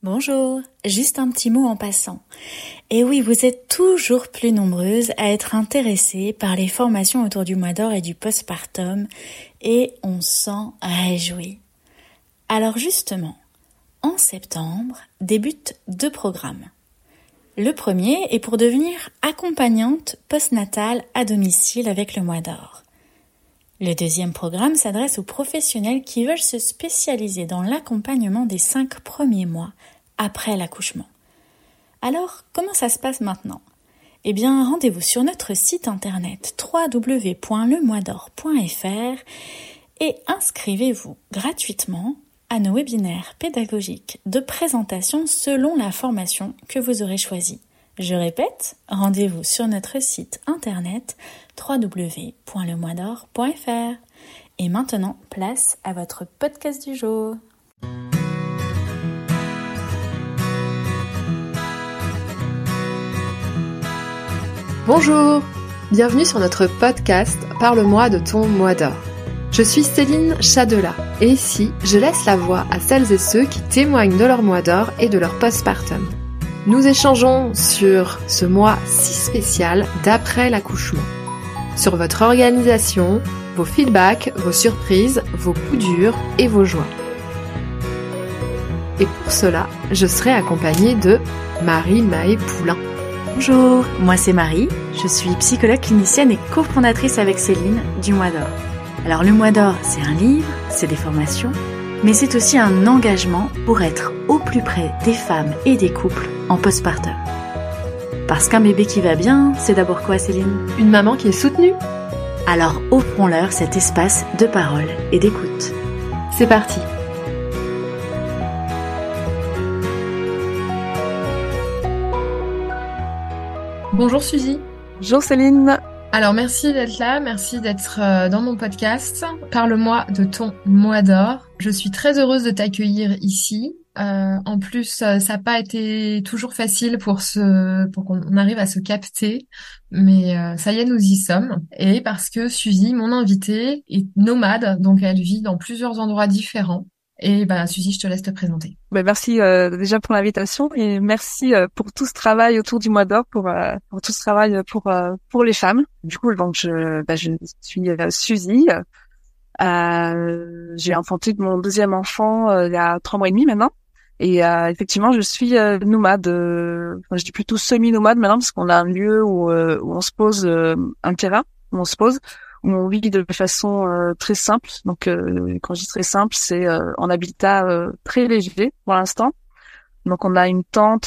Bonjour, juste un petit mot en passant. Et oui, vous êtes toujours plus nombreuses à être intéressées par les formations autour du mois d'or et du postpartum, et on s'en réjouit. Alors justement, en septembre, débutent 2 programmes. Le premier est pour devenir accompagnante postnatale à domicile avec le mois d'or. Le deuxième programme s'adresse aux professionnels qui veulent se spécialiser dans l'accompagnement des 5 premiers mois après l'accouchement. Alors, comment ça se passe maintenant ? Eh bien, rendez-vous sur notre site internet www.lemoisdor.fr et inscrivez-vous gratuitement à nos webinaires pédagogiques de présentation selon la formation que vous aurez choisie. Je répète, rendez-vous sur notre site internet www.lemoisdor.fr. Et maintenant, place à votre podcast du jour. Bonjour, bienvenue sur notre podcast Parle-moi de ton mois d'or. Je suis Céline Chadela et ici, je laisse la voix à celles et ceux qui témoignent de leur mois d'or et de leur postpartum. Nous échangeons sur ce mois si spécial d'après l'accouchement, sur votre organisation, vos feedbacks, vos surprises, vos coups durs et vos joies. Et pour cela, je serai accompagnée de Marie-Maë Poulain. Bonjour, moi c'est Marie, je suis psychologue clinicienne et cofondatrice avec Céline du mois d'or. Alors le mois d'or, c'est un livre, c'est des formations, mais c'est aussi un engagement pour être au plus près des femmes et des couples en postpartum. Parce qu'un bébé qui va bien, c'est d'abord quoi Céline ? Une maman qui est soutenue. Alors offrons-leur cet espace de parole et d'écoute. C'est parti. Bonjour Suzy. Bonjour Céline. Alors merci d'être là, merci d'être dans mon podcast. Parle-moi de ton mois d'or. Je suis très heureuse de t'accueillir ici. En plus, ça n'a pas été toujours facile pour qu'on arrive à se capter, mais ça y est, nous y sommes. Et parce que Suzy, mon invitée, est nomade, donc elle vit dans plusieurs endroits différents. Et Suzy, je te laisse te présenter. Merci déjà pour l'invitation et merci pour tout ce travail autour du mois d'or, pour tout ce travail pour les femmes. Du coup, donc je suis Suzy. J'ai enfanté mon deuxième enfant il y a 3 mois et demi maintenant. Et effectivement, je suis nomade. Je dis plutôt semi-nomade maintenant parce qu'on a un lieu où on se pose, un terrain où on se pose, où on vit de façon très simple. Donc, quand je dis très simple, c'est en habitat très léger pour l'instant. Donc, on a une tente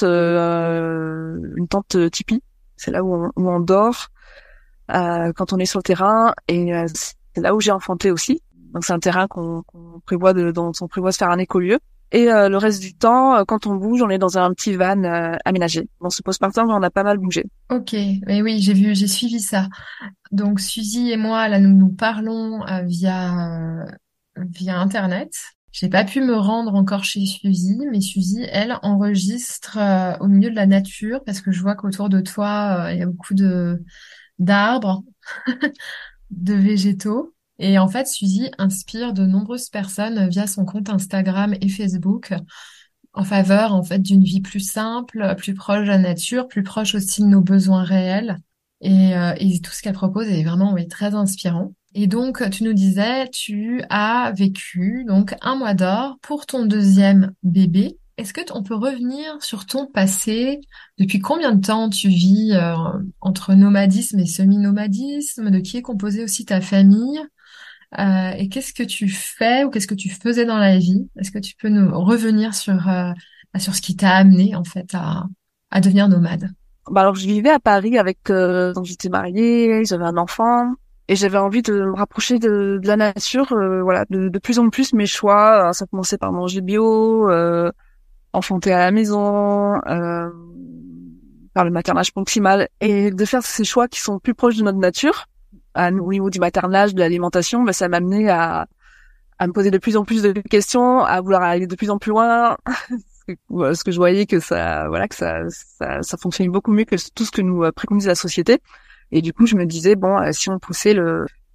tipi. C'est là où on dort quand on est sur le terrain, et c'est là où j'ai enfanté aussi. Donc, c'est un terrain dont on prévoit de faire un écolieu. Et le reste du temps, quand on bouge, on est dans un petit van aménagé. Dans ce postpartum, on a pas mal bougé. Ok, mais oui, j'ai suivi ça. Donc Suzy et moi, là, nous parlons via Internet. J'ai pas pu me rendre encore chez Suzy, mais Suzy, elle, enregistre au milieu de la nature parce que je vois qu'autour de toi, il y a beaucoup d'arbres, de végétaux. Et en fait, Suzy inspire de nombreuses personnes via son compte Instagram et Facebook en faveur, en fait, d'une vie plus simple, plus proche de la nature, plus proche aussi de nos besoins réels. Et tout ce qu'elle propose est vraiment, oui, très inspirant. Et donc, tu nous disais, tu as vécu donc un mois d'or pour ton deuxième bébé. Est-ce que on peut revenir sur ton passé? Depuis combien de temps tu vis entre nomadisme et semi-nomadisme? De qui est composée aussi ta famille? Et qu'est-ce que tu fais ou qu'est-ce que tu faisais dans la vie? Est-ce que tu peux nous revenir sur ce qui t'a amené en fait à devenir nomade? Alors, je vivais à Paris donc j'étais mariée, j'avais un enfant. Et j'avais envie de me rapprocher de la nature, de plus en plus mes choix. Ça commençait par manger bio, enfanter à la maison, faire le maternage proximal, et de faire ces choix qui sont plus proches de notre nature. Au niveau du maternage, de l'alimentation, ça m'a amené à me poser de plus en plus de questions, à vouloir aller de plus en plus loin, parce que je voyais que ça fonctionnait beaucoup mieux que tout ce que nous préconise la société. Et du coup, je me disais, si on poussait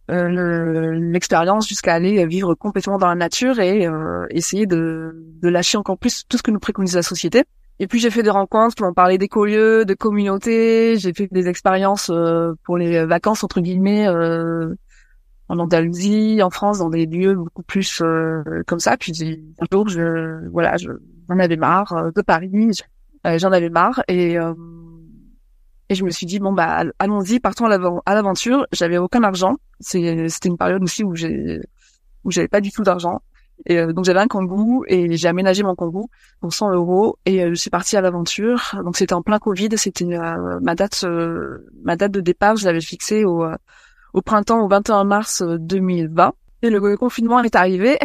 l'expérience jusqu'à aller vivre complètement dans la nature et essayer de lâcher encore plus tout ce que nous préconise la société. Et puis j'ai fait des rencontres qui m'ont parlé d'écolieux, de communautés, j'ai fait des expériences pour les vacances entre guillemets en Andalousie, en France, dans des lieux beaucoup plus comme ça. Puis un jour j'en avais marre de Paris, j'en avais marre et je me suis dit bon bah allons-y, partons à l'aventure. J'avais aucun argent. C'était une période aussi où j'avais pas du tout d'argent. Et donc j'avais un Kangoo et j'ai aménagé mon Kangoo pour 100 € et je suis partie à l'aventure. Donc c'était en plein Covid. C'était ma date de départ. Je l'avais fixée au printemps, au 21 mars 2020. Et le confinement est arrivé.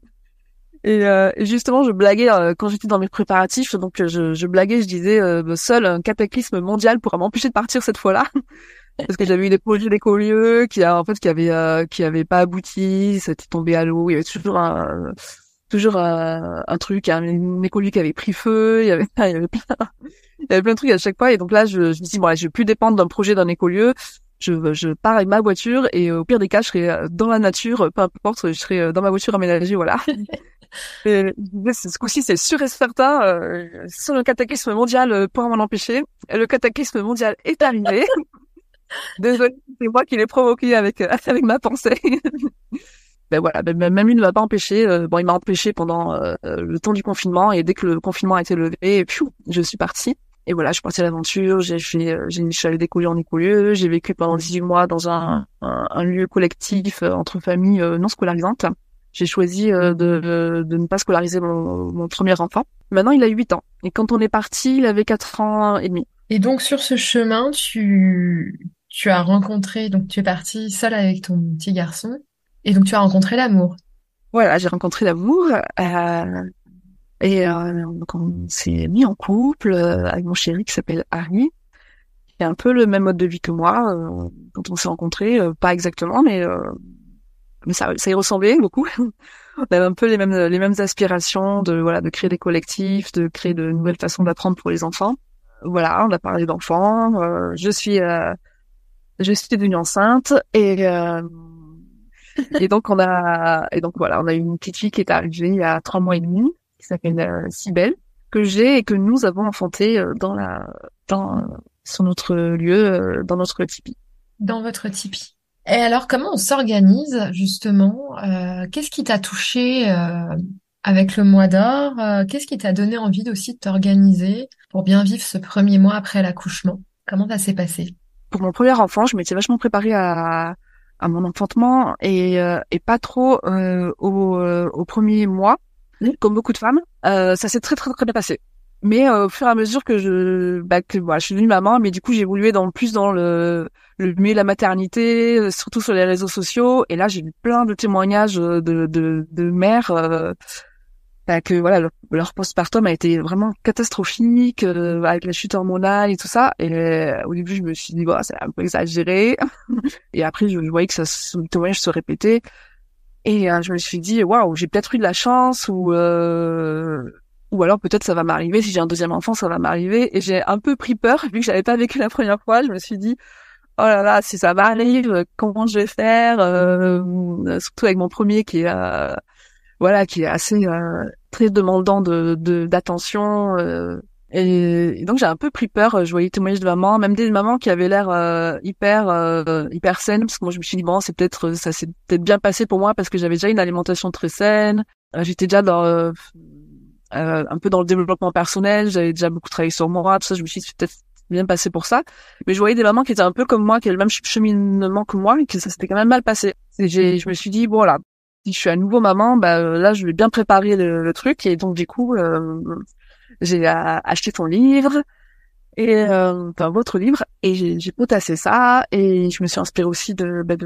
Et justement, je blaguais quand j'étais dans mes préparatifs. Donc je blaguais, je disais seul un cataclysme mondial pourra m'empêcher de partir cette fois-là. Parce que j'avais eu des projets d'écolieux qui avaient pas abouti, c'était tombé à l'eau. Il y avait toujours un truc, un écolieu qui avait pris feu. Il y avait plein de trucs à chaque fois. Et donc là, je me dis bon, là, je vais plus dépendre d'un projet d'un écolieu. Je pars avec ma voiture et au pire des cas, je serai dans la nature, peu importe, je serai dans ma voiture aménagée, voilà. Et ce coup-ci, c'est sûr et certain. Seul le cataclysme mondial pourra m'en empêcher. Et le cataclysme mondial est arrivé. Désolée, c'est moi qui l'ai provoqué avec ma pensée. Ben voilà, même lui ne m'a pas empêché. Il m'a empêché pendant le temps du confinement et dès que le confinement a été levé, je suis partie. Et voilà, je suis partie à l'aventure. Je suis allée d'écolieu en écolieu. J'ai vécu pendant 18 mois dans un lieu collectif entre familles non scolarisantes. J'ai choisi de ne pas scolariser mon premier enfant. Maintenant, il a 8 ans. Et quand on est parti, il avait 4 ans et demi. Et donc sur ce chemin, tu as rencontré, donc tu es partie seule avec ton petit garçon, et donc tu as rencontré l'amour. Voilà, j'ai rencontré l'amour donc on s'est mis en couple avec mon chéri qui s'appelle Harry. Il a un peu le même mode de vie que moi quand on s'est rencontrés, pas exactement, mais ça y ressemblait beaucoup. On avait un peu les mêmes aspirations de créer des collectifs, de créer de nouvelles façons d'apprendre pour les enfants. Voilà, on a parlé d'enfants. Je suis devenue enceinte et donc on a eu une petite fille qui est arrivée il y a 3 mois et demi qui s'appelle Cybèle que j'ai et que nous avons enfantée sur notre lieu dans notre tipi. Dans votre tipi. Et alors, comment on s'organise justement? Qu'est-ce qui t'a touché avec le mois d'or? Qu'est-ce qui t'a donné envie aussi de t'organiser pour bien vivre ce premier mois après l'accouchement? Comment ça s'est passé? Pour mon premier enfant, je m'étais vachement préparée à mon enfantement et pas trop au premier mois, comme beaucoup de femmes. Ça s'est très très très bien passé. Mais au fur et à mesure que je suis devenue maman, mais du coup j'ai évolué plus dans le milieu de la maternité, surtout sur les réseaux sociaux. Et là j'ai vu plein de témoignages de mères que voilà leur postpartum a été vraiment catastrophique avec la chute hormonale et tout ça. Et au début je me suis dit c'est un peu exagéré. Et après je voyais que les témoignages se répétaient. Et je me suis dit waouh, j'ai peut-être eu de la chance ou alors peut-être ça va m'arriver, si j'ai un deuxième enfant, ça va m'arriver. Et j'ai un peu pris peur, vu que j'avais pas vécu la première fois. Je me suis dit, oh là là, si ça m'arrive, comment je vais faire surtout avec mon premier qui est assez très demandant d'attention. Et donc j'ai un peu pris peur. Je voyais des témoignages de mamans, même des mamans qui avaient l'air hyper saines, parce que moi je me suis dit ça s'est peut-être bien passé pour moi parce que j'avais déjà une alimentation très saine. J'étais déjà dans un peu dans le développement personnel, j'avais déjà beaucoup travaillé sur moi, tout ça, je me suis dit c'est peut-être bien passé pour ça. Mais je voyais des mamans qui étaient un peu comme moi, qui avaient le même cheminement que moi, et que ça s'était quand même mal passé. Et je me suis dit, bon là, si je suis à nouveau maman, là je vais bien préparer le truc. Et donc du coup, j'ai acheté ton livre, et votre livre, et j'ai potassé ça, et je me suis inspirée aussi des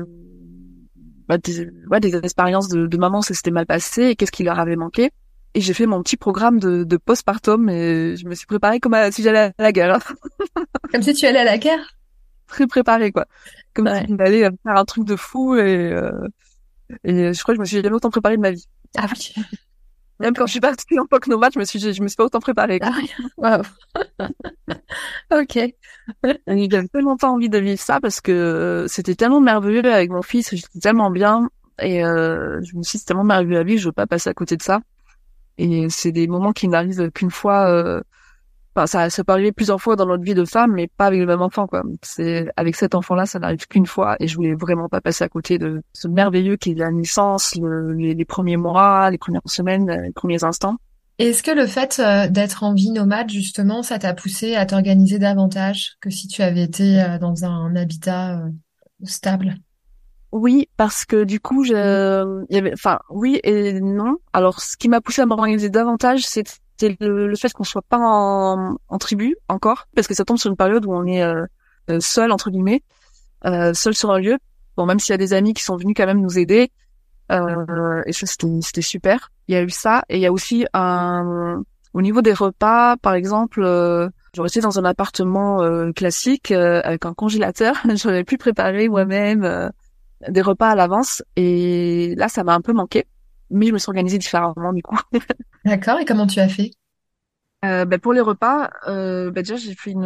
expériences de maman, ça s'était mal passé, et qu'est-ce qui leur avait manqué. Et j'ai fait mon petit programme de postpartum et je me suis préparée comme si j'allais à la guerre. Comme si tu allais à la guerre? Très préparée, quoi. Comme si j'allais faire un truc de fou et je crois que je me suis jamais autant préparée de ma vie. Ah oui. Même quand je suis partie en POC nomade, je me suis pas autant préparée, quoi. Ah oui, waouh. Ok. Et j'avais tellement pas envie de vivre ça parce que c'était tellement merveilleux avec mon fils, j'étais tellement bien et je me suis dit c'est tellement merveilleux à vivre, je veux pas passer à côté de ça. Et c'est des moments qui n'arrivent qu'une fois. Enfin, ça peut arriver plusieurs fois dans notre vie de femme, mais pas avec le même enfant, quoi. C'est avec cet enfant-là, ça n'arrive qu'une fois, et je voulais vraiment pas passer à côté de ce merveilleux qui est la naissance, les premiers mois, les premières semaines, les premiers instants. Est-ce que le fait d'être en vie nomade, justement, ça t'a poussé à t'organiser davantage que si tu avais été dans un habitat stable? Oui, parce que du coup, enfin, oui et non. Alors, ce qui m'a poussé à m'organiser davantage, c'était le fait qu'on soit pas en tribu encore, parce que ça tombe sur une période où on est seul entre guillemets, seul sur un lieu. Bon, même s'il y a des amis qui sont venus quand même nous aider, et ça c'était super. Il y a eu ça, et il y a aussi au niveau des repas, par exemple. Je restais dans un appartement classique avec un congélateur. J'aurais pu préparer moi-même des repas à l'avance, et là ça m'a un peu manqué, mais je me suis organisée différemment du coup. D'accord, et comment tu as fait? Pour les repas, déjà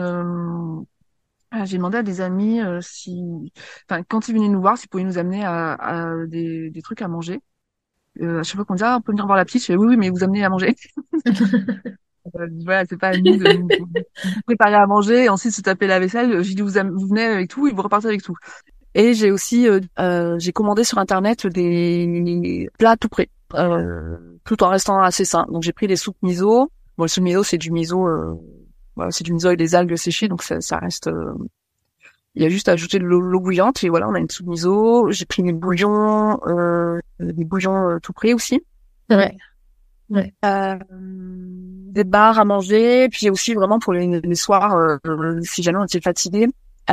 j'ai demandé à des amis enfin quand ils venaient nous voir, s'ils pouvaient nous amener à des trucs à manger. À chaque fois qu'on disait on peut venir voir la petite, je fais oui mais vous amenez à manger. Voilà, c'est pas à nous de vous préparer à manger et ensuite se taper la vaisselle. J'ai dit vous venez avec tout et vous repartez avec tout. Et j'ai aussi j'ai commandé sur internet des plats tout prêts, tout en restant assez sain. Donc j'ai pris des soupes miso. Bon, le soupe miso c'est du miso, voilà, c'est du miso et des algues séchées, donc ça reste. Il y a juste à ajouter de l'eau bouillante et voilà, on a une soupe miso. J'ai pris des bouillons tout prêts aussi. Ouais, ouais. Des bars à manger. Puis j'ai aussi vraiment pour les soirs, si jamais on était fatigué,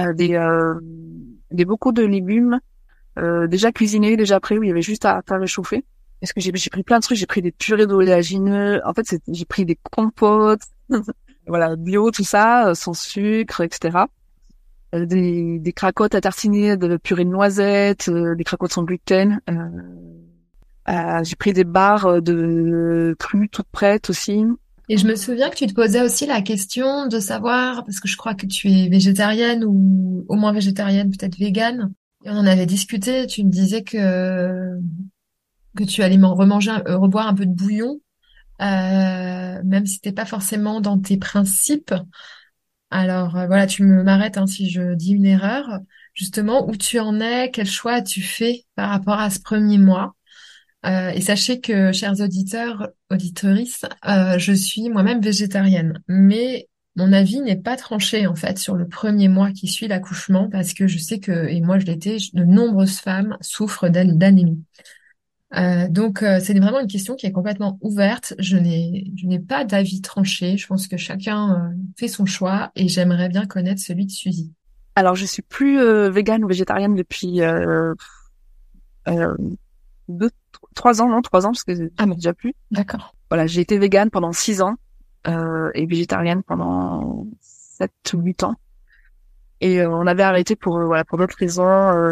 des bocaux de légumes déjà cuisinés, déjà prêts, où il y avait juste à faire réchauffer. Parce que j'ai pris plein de trucs, j'ai pris des purées d'oléagineux, en fait j'ai pris des compotes, voilà, bio, tout ça, sans sucre, etc. Des cracottes à tartiner, de purée de noisettes, des cracottes sans gluten. J'ai pris des barres de crues toutes prêtes aussi. Et je me souviens que tu te posais aussi la question de savoir, parce que je crois que tu es végétarienne ou au moins végétarienne, peut-être végane. Et on en avait discuté, tu me disais que tu allais reboire un peu de bouillon, même si c'était pas forcément dans tes principes. Alors voilà, tu m'arrêtes hein, si je dis une erreur. Justement, où tu en es, quel choix as-tu fait par rapport à ce premier mois? Et sachez que, chers auditeurs, auditrices, je suis moi-même végétarienne, mais mon avis n'est pas tranché en fait sur le premier mois qui suit l'accouchement parce que je sais que, et moi je l'étais, de nombreuses femmes souffrent d'anémie. Donc c'est vraiment une question qui est complètement ouverte. Je n'ai pas d'avis tranché. Je pense que chacun fait son choix et j'aimerais bien connaître celui de Suzy. Alors je suis plus végane ou végétarienne depuis euh, 3 ans, non, 3 ans, parce que Ah bon, déjà plus. d'accord. Voilà, j'ai été végane pendant 6 ans, et végétarienne pendant 7 ou 8 ans. Et on avait arrêté pour d'autres raisons.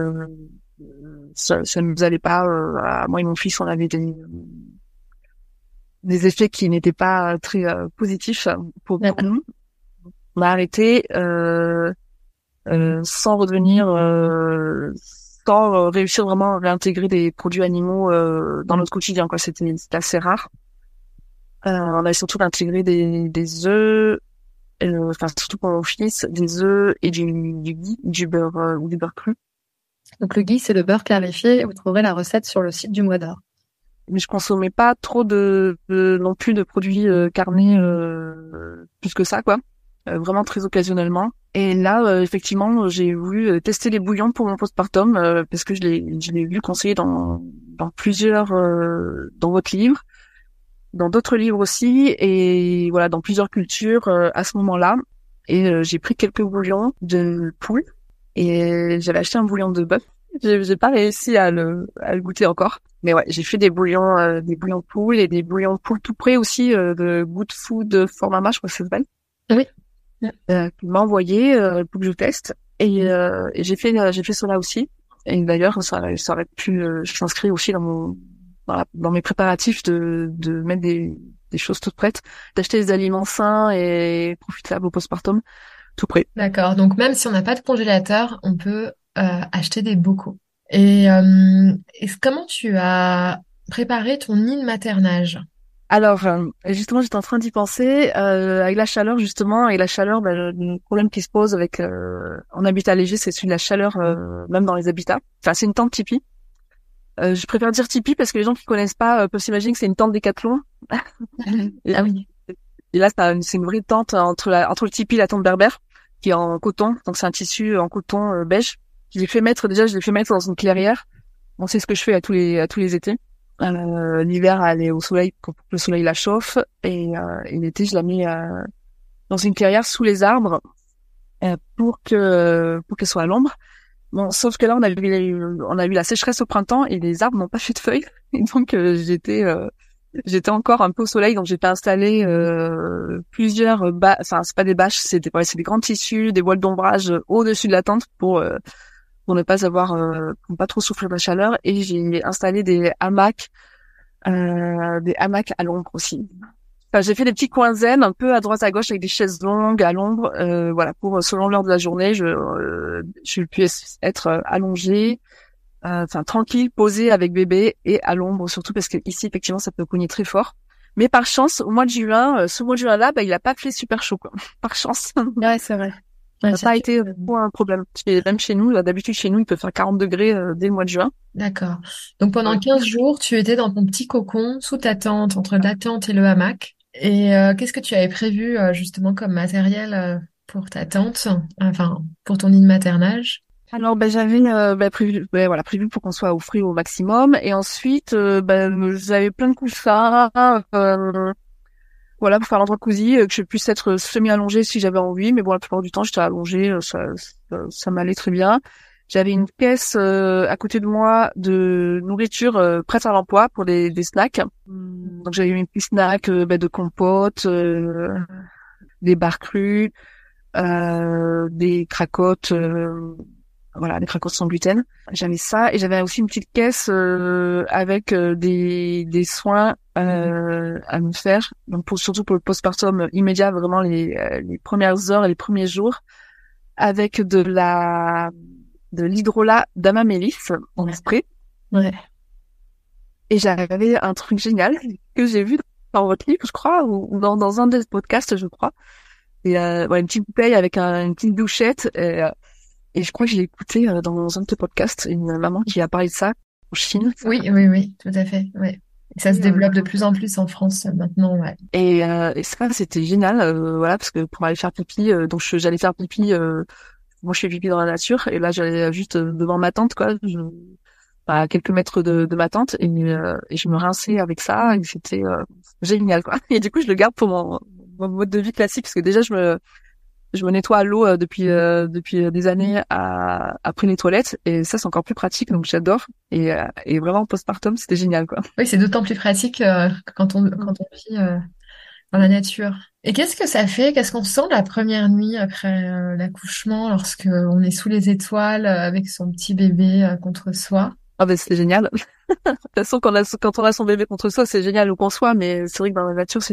Ça nous allait pas. Moi et mon fils, on avait des effets qui n'étaient pas très positifs pour D'accord. nous. On a arrêté sans redevenir, sans réussir vraiment à réintégrer des produits animaux dans notre quotidien, quoi. C'était assez rare. On a surtout intégré des œufs, enfin surtout pour mon fils, des œufs et du ghee, du beurre ou du beurre cru. Donc le ghee, c'est le beurre clarifié. Vous trouverez la recette sur le site du Mois d'Or. Mais je consommais pas trop non plus de produits carnés plus que ça, quoi. Vraiment très occasionnellement. Et là, effectivement, j'ai voulu tester les bouillons pour mon postpartum parce que je l'ai vu conseiller dans plusieurs dans votre livre, dans d'autres livres aussi, et voilà, dans plusieurs cultures à ce moment-là. Et j'ai pris quelques bouillons de poule et j'avais acheté un bouillon de bœuf. J'ai pas réussi à le goûter encore. Mais ouais, j'ai fait des bouillons de poule et des bouillons de poule tout prêts aussi de Good Food Formama, je crois que ça s'appelle. Oui. Qu'il m'a envoyé pour que je teste. Et j'ai fait cela aussi. Et d'ailleurs, ça aurait pu s'inscrire aussi dans mes préparatifs de mettre des choses toutes prêtes, d'acheter des aliments sains et profitables au postpartum, tout prêt. D'accord. Donc même si on n'a pas de congélateur, on peut acheter des bocaux. Et, comment tu as préparé ton nid de maternage? Alors, justement, j'étais en train d'y penser, avec la chaleur, justement, et la chaleur, le problème qui se pose avec, en habitat léger, c'est celui de la chaleur, même dans les habitats. Enfin, c'est une tente tipi. Je préfère dire tipi parce que les gens qui connaissent pas peuvent s'imaginer que c'est une tente Décathlon. Ah oui. Et là, c'est une vraie tente entre le tipi et la tente berbère, qui est en coton. Donc, c'est un tissu en coton beige. Je l'ai fait mettre dans une clairière. Bon, c'est ce que je fais à tous les étés. L'hiver, elle est au soleil pour que le soleil la chauffe. Et l'été, je la mets dans une clairière sous les arbres pour qu'elle soit à l'ombre. Bon, sauf que là, on a eu la sécheresse au printemps et les arbres n'ont pas fait de feuilles. Et donc, j'étais encore un peu au soleil, donc j'ai pas installé plusieurs enfin c'est pas des bâches, c'est des grands tissus, des voiles d'ombrage au-dessus de la tente pour ne pas pour ne pas trop souffrir de la chaleur, et j'ai installé des hamacs à l'ombre aussi. Enfin, j'ai fait des petits coins zen un peu à droite à gauche avec des chaises longues à l'ombre, voilà, pour selon l'heure de la journée, je puisse être allongée, enfin tranquille, posée avec bébé et à l'ombre, surtout parce que ici effectivement ça peut cogner très fort. Mais par chance, au mois de juin, ce mois de juin là, il a pas fait super chaud, quoi. Par chance. Ouais, c'est vrai. Ça Ouais, n'a pas été un problème. Même chez nous, d'habitude chez nous, il peut faire 40 degrés dès le mois de juin. D'accord. Donc pendant Ouais. 15 jours, tu étais dans ton petit cocon, sous ta tente, entre la tente et le hamac. Et qu'est-ce que tu avais prévu justement comme matériel pour ta tente, enfin pour ton nid de maternage? Alors j'avais prévu pour qu'on soit au frais au maximum, et ensuite j'avais plein de coussins, voilà, pour faire l'endroit cosy, que je puisse être semi-allongée si j'avais envie, mais bon, la plupart du temps j'étais allongée, ça m'allait très bien. J'avais une caisse à côté de moi de nourriture prête à l'emploi pour des snacks. Donc j'avais mes petits snacks de compote, des barres crues, des cracottes, voilà, des cracottes sans gluten. J'avais ça, et j'avais aussi une petite caisse avec des soins à me faire. Donc surtout pour le postpartum immédiat, vraiment les premières heures et les premiers jours, avec de l'hydrolat d'amamélis en spray. Ouais. Et j'avais un truc génial que j'ai vu dans votre livre, je crois, ou dans un des podcasts, je crois. Et une petite bouteille avec une petite douchette. Et je crois que j'ai écouté dans un de tes podcasts une maman qui a parlé de ça en Chine. Oui, tout à fait. Ouais. Et ça se développe de plus en plus en France maintenant, ouais. Et ça, c'était génial, voilà, parce que pour aller faire pipi, donc j'allais faire pipi. Moi, je fais pipi dans la nature, et là, j'allais juste devant ma tente, quoi, à quelques mètres de ma tente, et je me rinçais avec ça, et c'était génial, quoi. Et du coup, je le garde pour mon mode de vie classique, parce que déjà, je me nettoie à l'eau depuis des années après les toilettes, et ça c'est encore plus pratique, donc j'adore, et vraiment postpartum c'était génial, quoi. Oui, c'est d'autant plus pratique quand on vit dans la nature. Et qu'est-ce que ça fait? Qu'est-ce qu'on sent la première nuit après l'accouchement, lorsque on est sous les étoiles avec son petit bébé contre soi? Ah ben c'était génial. De toute façon quand on a son bébé contre soi, c'est génial où qu'on soit, mais c'est vrai que dans la nature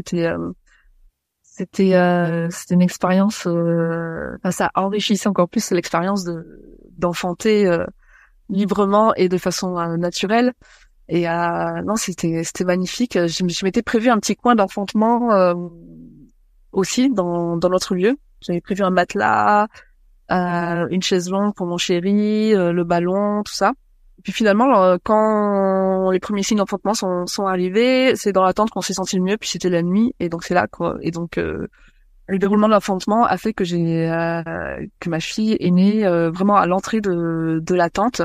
c'était une expérience, ça enrichissait encore plus l'expérience d'enfanter librement et de façon naturelle. Et non, c'était magnifique. Je m'étais prévu un petit coin d'enfantement aussi dans notre lieu. J'avais prévu un matelas, une chaise longue pour mon chéri, le ballon, tout ça. Et puis finalement, quand les premiers signes d'enfantement sont arrivés, c'est dans la tente qu'on s'est senti le mieux. Puis c'était la nuit, et donc c'est là, quoi. Et donc le déroulement de l'enfantement a fait que ma fille est née vraiment à l'entrée de la tente,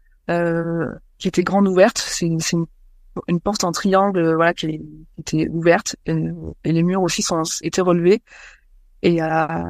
qui était grande ouverte. C'est une porte en triangle, voilà, qui était ouverte, et les murs aussi étaient relevés. Et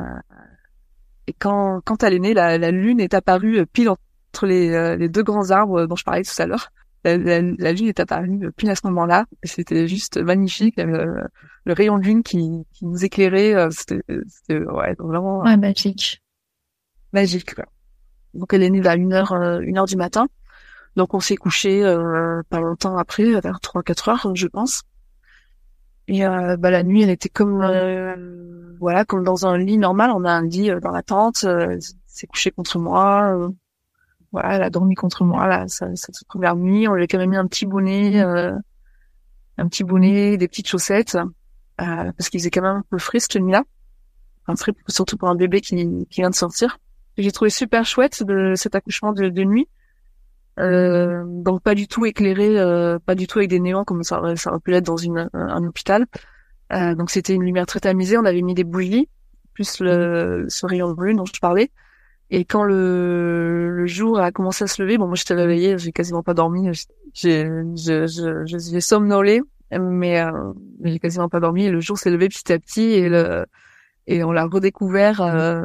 quand elle est née, la lune est apparue pile entre les deux grands arbres dont je parlais tout à l'heure. La lune est apparue pile à ce moment-là. C'était juste magnifique. Le rayon de lune qui nous éclairait, c'était ouais, vraiment Magique. magique, quoi. Donc elle est née à 1h du matin. Donc on s'est couché pas longtemps après, vers 3-4 heures, je pense. Et la nuit, elle était comme voilà, comme dans un lit normal. On a un lit dans la tente. S'est couché contre moi. Voilà, elle a dormi contre moi là, cette première nuit. On lui a quand même mis un petit bonnet, des petites chaussettes, parce qu'il faisait quand même un peu frais cette nuit-là. Enfin, frais, surtout pour un bébé qui vient de sortir. Et j'ai trouvé super chouette cet accouchement de nuit. Donc pas du tout éclairé, pas du tout avec des néons comme ça aurait pu l'être dans un hôpital. Donc c'était une lumière très tamisée. On avait mis des bougies, plus ce rayon bleu dont je parlais. Et quand le jour a commencé à se lever, bon moi j'étais réveillée, j'ai quasiment pas dormi, j'ai somnolé, mais j'ai quasiment pas dormi. Et le jour s'est levé petit à petit et on l'a redécouvert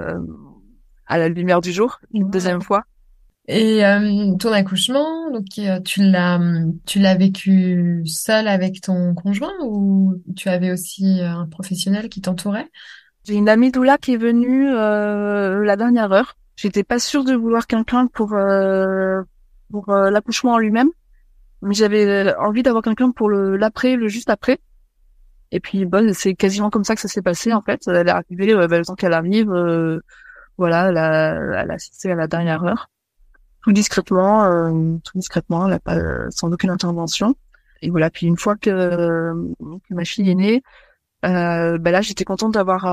à la lumière du jour une deuxième fois. Et ton accouchement, donc tu l'as vécu seul avec ton conjoint ou tu avais aussi un professionnel qui t'entourait? J'ai une amie doula qui est venue la dernière heure. J'étais pas sûre de vouloir quelqu'un pour l'accouchement en lui-même, mais j'avais envie d'avoir quelqu'un pour l'après, le juste après. Et puis bon, c'est quasiment comme ça que ça s'est passé en fait. Elle est arrivée le temps qu'elle arrive, voilà, elle a assisté à la dernière heure, tout discrètement, elle a pas sans aucune intervention. Et voilà, puis une fois que ma fille est née, là j'étais contente d'avoir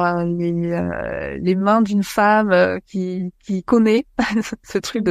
les mains d'une femme qui connaît ce truc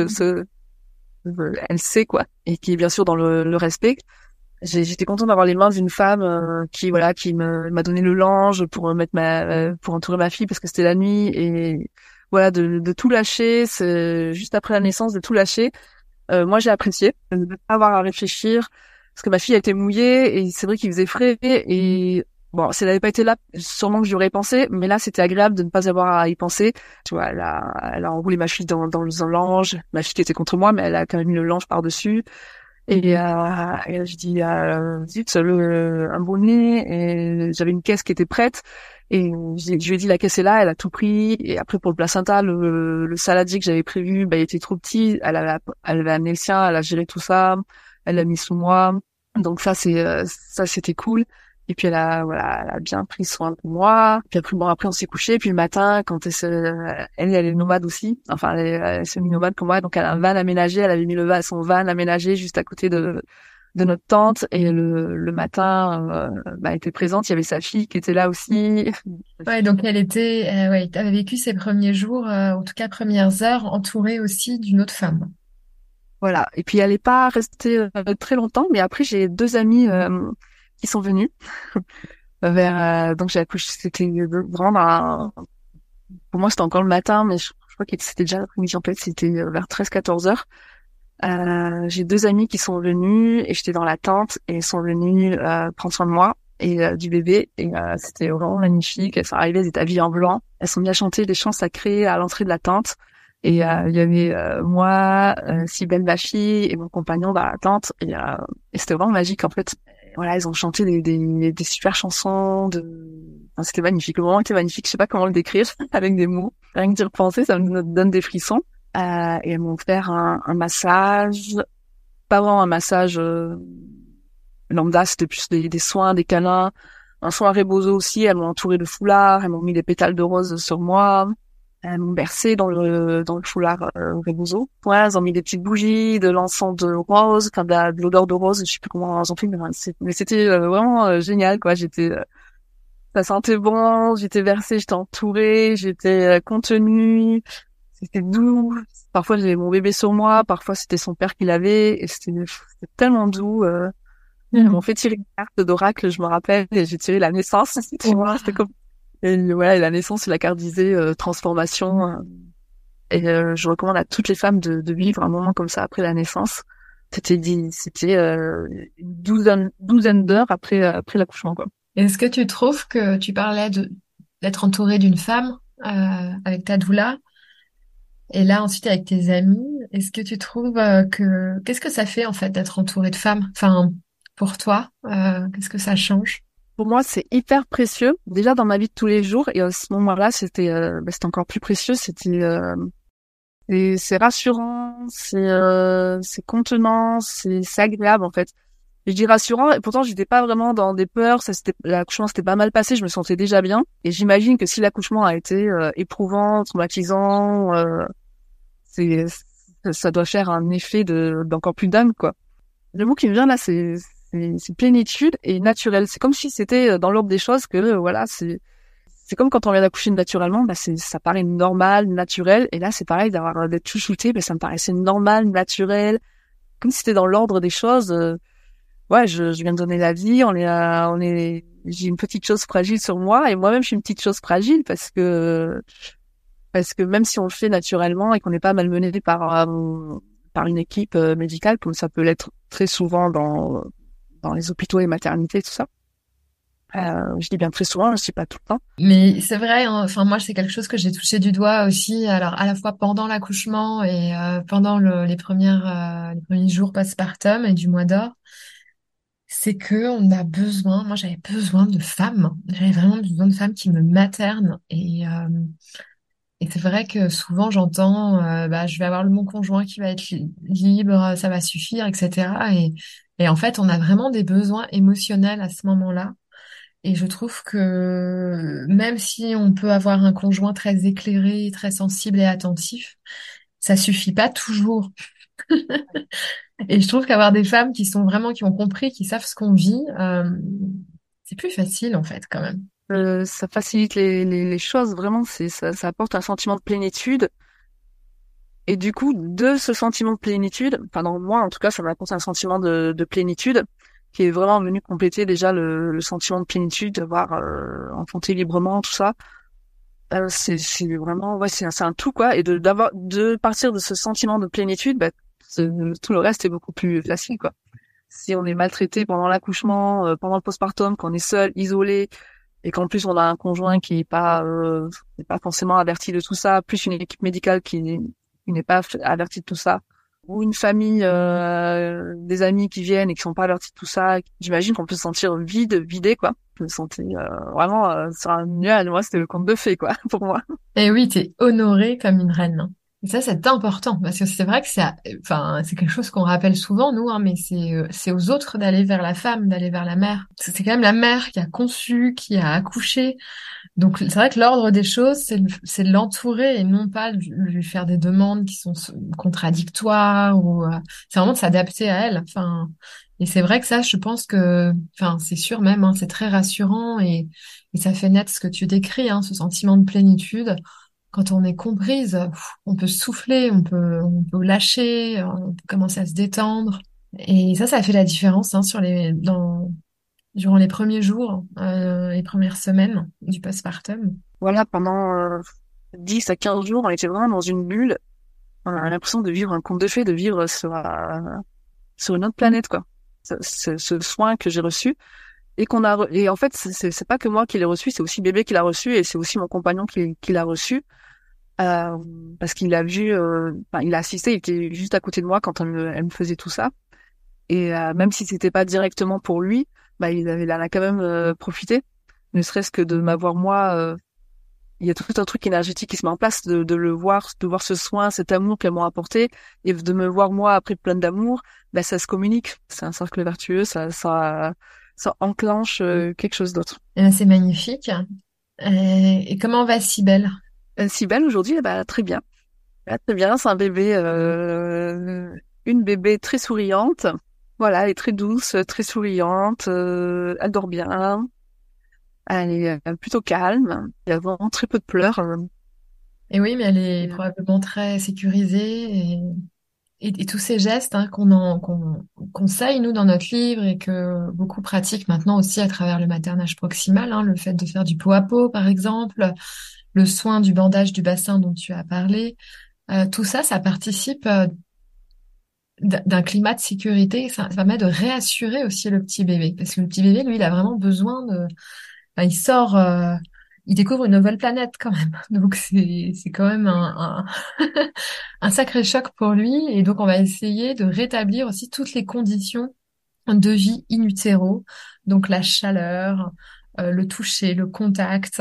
elle sait quoi, et qui est bien sûr dans le respect. J'étais contente d'avoir les mains d'une femme qui m'a donné le linge pour pour entourer ma fille parce que c'était la nuit, et voilà, de tout lâcher, c'est juste après la naissance, de tout lâcher. Moi j'ai apprécié de ne pas avoir à réfléchir parce que ma fille a été mouillée et c'est vrai qu'il faisait frais, et bon, si elle n'avait pas été là, sûrement que j'y aurais pensé, mais là, c'était agréable de ne pas avoir à y penser. Tu vois, elle a enroulé ma fille dans un linge, ma fille qui était contre moi, mais elle a quand même mis le linge par-dessus. Et je dis, zut, un bonnet, et j'avais une caisse qui était prête, et je lui ai dit, la caisse est là, elle a tout pris, et après, pour le placenta, le saladier que j'avais prévu, il était trop petit, elle avait amené le sien, elle a géré tout ça, elle l'a mis sous moi. Donc ça, c'était cool. Et puis elle a bien pris soin de moi. Puis après on s'est couché. Puis le matin, quand elle est nomade aussi. Enfin, elle est semi-nomade comme moi. Donc elle a un van aménagé. Elle avait mis son van aménagé juste à côté de notre tente. Et le matin, elle était présente. Il y avait sa fille qui était là aussi. Ouais, donc t'avais vécu ces premiers jours, en tout cas premières heures, entourée aussi d'une autre femme. Voilà. Et puis elle est pas restée très longtemps. Mais après, j'ai 2 amis qui sont venus. Donc j'ai accouché, c'était vraiment pour moi c'était encore le matin, mais je crois que c'était déjà l'après-midi, en fait c'était vers 13-14 heures. J'ai 2 amis qui sont venus et j'étais dans la tente, et ils sont venus prendre soin de moi et du bébé, et c'était vraiment magnifique. Elles sont arrivées, elles étaient habillées en blanc, elles sont venues chanter des chants sacrés à l'entrée de la tente, et il y avait moi, Cybèle, ma fille, et mon compagnon dans la tente, et c'était vraiment magique en fait. Voilà, ils ont chanté des super chansons enfin, c'était magnifique. Le moment était magnifique. Je sais pas comment le décrire avec des mots. Rien que d'y repenser, ça me donne des frissons. Et elles m'ont offert un massage. Pas vraiment un massage lambda, c'était plus des soins, des câlins. Un soin rebozo aussi. Elles m'ont entouré de foulard. Elles m'ont mis des pétales de rose sur moi. Elles m'ont bercé dans le foulard rebozo. Ouais, elles ont mis des petites bougies, de l'encens de rose, enfin de l'odeur de rose, je sais plus comment elles ont fait, mais c'était vraiment génial, quoi. Ça sentait bon, j'étais bercée, j'étais entourée, j'étais contenue, c'était doux. Parfois j'avais mon bébé sur moi, parfois c'était son père qui l'avait, et c'était tellement doux. Elles m'ont fait tirer une carte d'oracle, je me rappelle, et j'ai tiré la naissance. C'était comme et voilà, et la naissance, la carte disait transformation. Et je recommande à toutes les femmes de vivre un moment comme ça après la naissance. C'était une douzaine d'heures après l'accouchement, quoi. Est-ce que tu trouves que tu parlais d'être entourée d'une femme avec ta doula et là ensuite avec tes amis, est-ce que tu trouves qu'est-ce que ça fait en fait d'être entourée de femmes? Enfin, pour toi, qu'est-ce que ça change? Pour moi, c'est hyper précieux. Déjà dans ma vie de tous les jours, et à ce moment-là, c'était encore plus précieux. c'est rassurant, c'est contenant, c'est agréable en fait. Je dis rassurant, et pourtant j'étais pas vraiment dans des peurs. L'accouchement s'était pas mal passé, je me sentais déjà bien. Et j'imagine que si l'accouchement a été éprouvant, traumatisant, c'est ça doit faire un effet d'encore plus dingue quoi. Le mot qui me vient là, c'est plénitude et naturel. C'est comme si c'était dans l'ordre des choses que voilà, c'est comme quand on vient d'accoucher naturellement, bah ça paraît normal, naturel. Et là, c'est pareil d'être chouchouté, bah ça me paraissait normal, naturel, comme si c'était dans l'ordre des choses. Ouais, je viens de donner la vie. J'ai une petite chose fragile sur moi et moi-même, je suis une petite chose fragile parce que même si on le fait naturellement et qu'on n'est pas malmené par une équipe médicale, comme ça peut l'être très souvent dans les hôpitaux et maternités, tout ça. Je dis bien très souvent, je sais pas tout le temps. Mais c'est vrai, hein, enfin moi c'est quelque chose que j'ai touché du doigt aussi. Alors à la fois pendant l'accouchement et pendant les premiers jours postpartum et du mois d'or, c'est que on a besoin. Moi j'avais besoin de femmes. J'avais vraiment besoin de femmes qui me maternent et c'est vrai que souvent j'entends, bah je vais avoir mon conjoint qui va être libre, ça va suffire, etc. Et en fait on a vraiment des besoins émotionnels à ce moment-là. Et je trouve que même si on peut avoir un conjoint très éclairé, très sensible et attentif, ça suffit pas toujours. Et je trouve qu'avoir des femmes qui sont vraiment, qui ont compris, qui savent ce qu'on vit, c'est plus facile en fait quand même. Ça facilite les choses, vraiment, ça apporte un sentiment de plénitude. Et du coup, de ce sentiment de plénitude, enfin dans moi en tout cas, ça m'apporte un sentiment de plénitude qui est vraiment venu compléter déjà le sentiment de plénitude, d'avoir enfanté librement, tout ça. C'est vraiment, ouais, c'est un tout quoi. Et de partir de ce sentiment de plénitude, bah, tout le reste est beaucoup plus facile quoi. Si on est maltraité pendant l'accouchement, pendant le postpartum, qu'on est seul, isolé, et qu'en plus on a un conjoint qui n'est pas forcément averti de tout ça, plus une équipe médicale qui n'est pas avertie de tout ça, ou une famille, des amis qui viennent et qui sont pas avertis de tout ça, j'imagine qu'on peut se sentir vidé quoi. Je me sentais vraiment sur un nuage. Moi, c'était le conte de fées quoi pour moi. Et oui, t'es honorée comme une reine, hein. Et ça, c'est important parce que c'est vrai que enfin, c'est quelque chose qu'on rappelle souvent, nous, hein, mais c'est aux autres d'aller vers la femme, d'aller vers la mère. C'est quand même la mère qui a conçu, qui a accouché. Donc, c'est vrai que l'ordre des choses, c'est de l'entourer et non pas de lui faire des demandes qui sont contradictoires ou, c'est vraiment de s'adapter à elle. Enfin, et c'est vrai que ça, je pense que, enfin, c'est sûr même, hein, c'est très rassurant et ça fait naître ce que tu décris, hein, ce sentiment de plénitude. Quand on est comprise, on peut souffler, on peut lâcher, on peut commencer à se détendre. Et ça fait la différence, hein, durant les premiers jours, les premières semaines du postpartum. Voilà, pendant 10 à 15 jours, on était vraiment dans une bulle. On a l'impression de vivre un conte de fées, de vivre sur une autre planète quoi. Ce soin que j'ai reçu. Et en fait c'est pas que moi qui l'ai reçu, c'est aussi bébé qui l'a reçu et c'est aussi mon compagnon qui l'a reçu parce qu'il a vu enfin, il a assisté, il était juste à côté de moi quand elle me faisait tout ça et même si c'était pas directement pour lui, bah il en a quand même profité, ne serait-ce que de m'avoir moi il y a tout un truc énergétique qui se met en place de le voir, de voir ce soin, cet amour qu'elles m'ont apporté et de me voir moi après plein d'amour, bah ça se communique, c'est un cercle vertueux, ça enclenche quelque chose d'autre. Et là, c'est magnifique. Et comment va Cybèle? Cybèle aujourd'hui, elle va très bien. Elle va très bien, c'est un bébé, une bébé très souriante. Voilà, elle est très douce, très souriante, elle dort bien, elle est plutôt calme, il y a vraiment très peu de pleurs. Et oui, mais elle est probablement très sécurisée et tous ces gestes, hein, qu'on conseille nous dans notre livre et que beaucoup pratiquent maintenant aussi à travers le maternage proximal, hein, le fait de faire du pot à pot par exemple, le soin du bandage du bassin dont tu as parlé, tout ça, ça participe d'un climat de sécurité. Ça permet de réassurer aussi le petit bébé parce que le petit bébé, lui, il a vraiment besoin enfin, il sort. Il découvre une nouvelle planète quand même. Donc c'est quand même un sacré choc pour lui. Et donc on va essayer de rétablir aussi toutes les conditions de vie in utero, donc la chaleur, le toucher, le contact,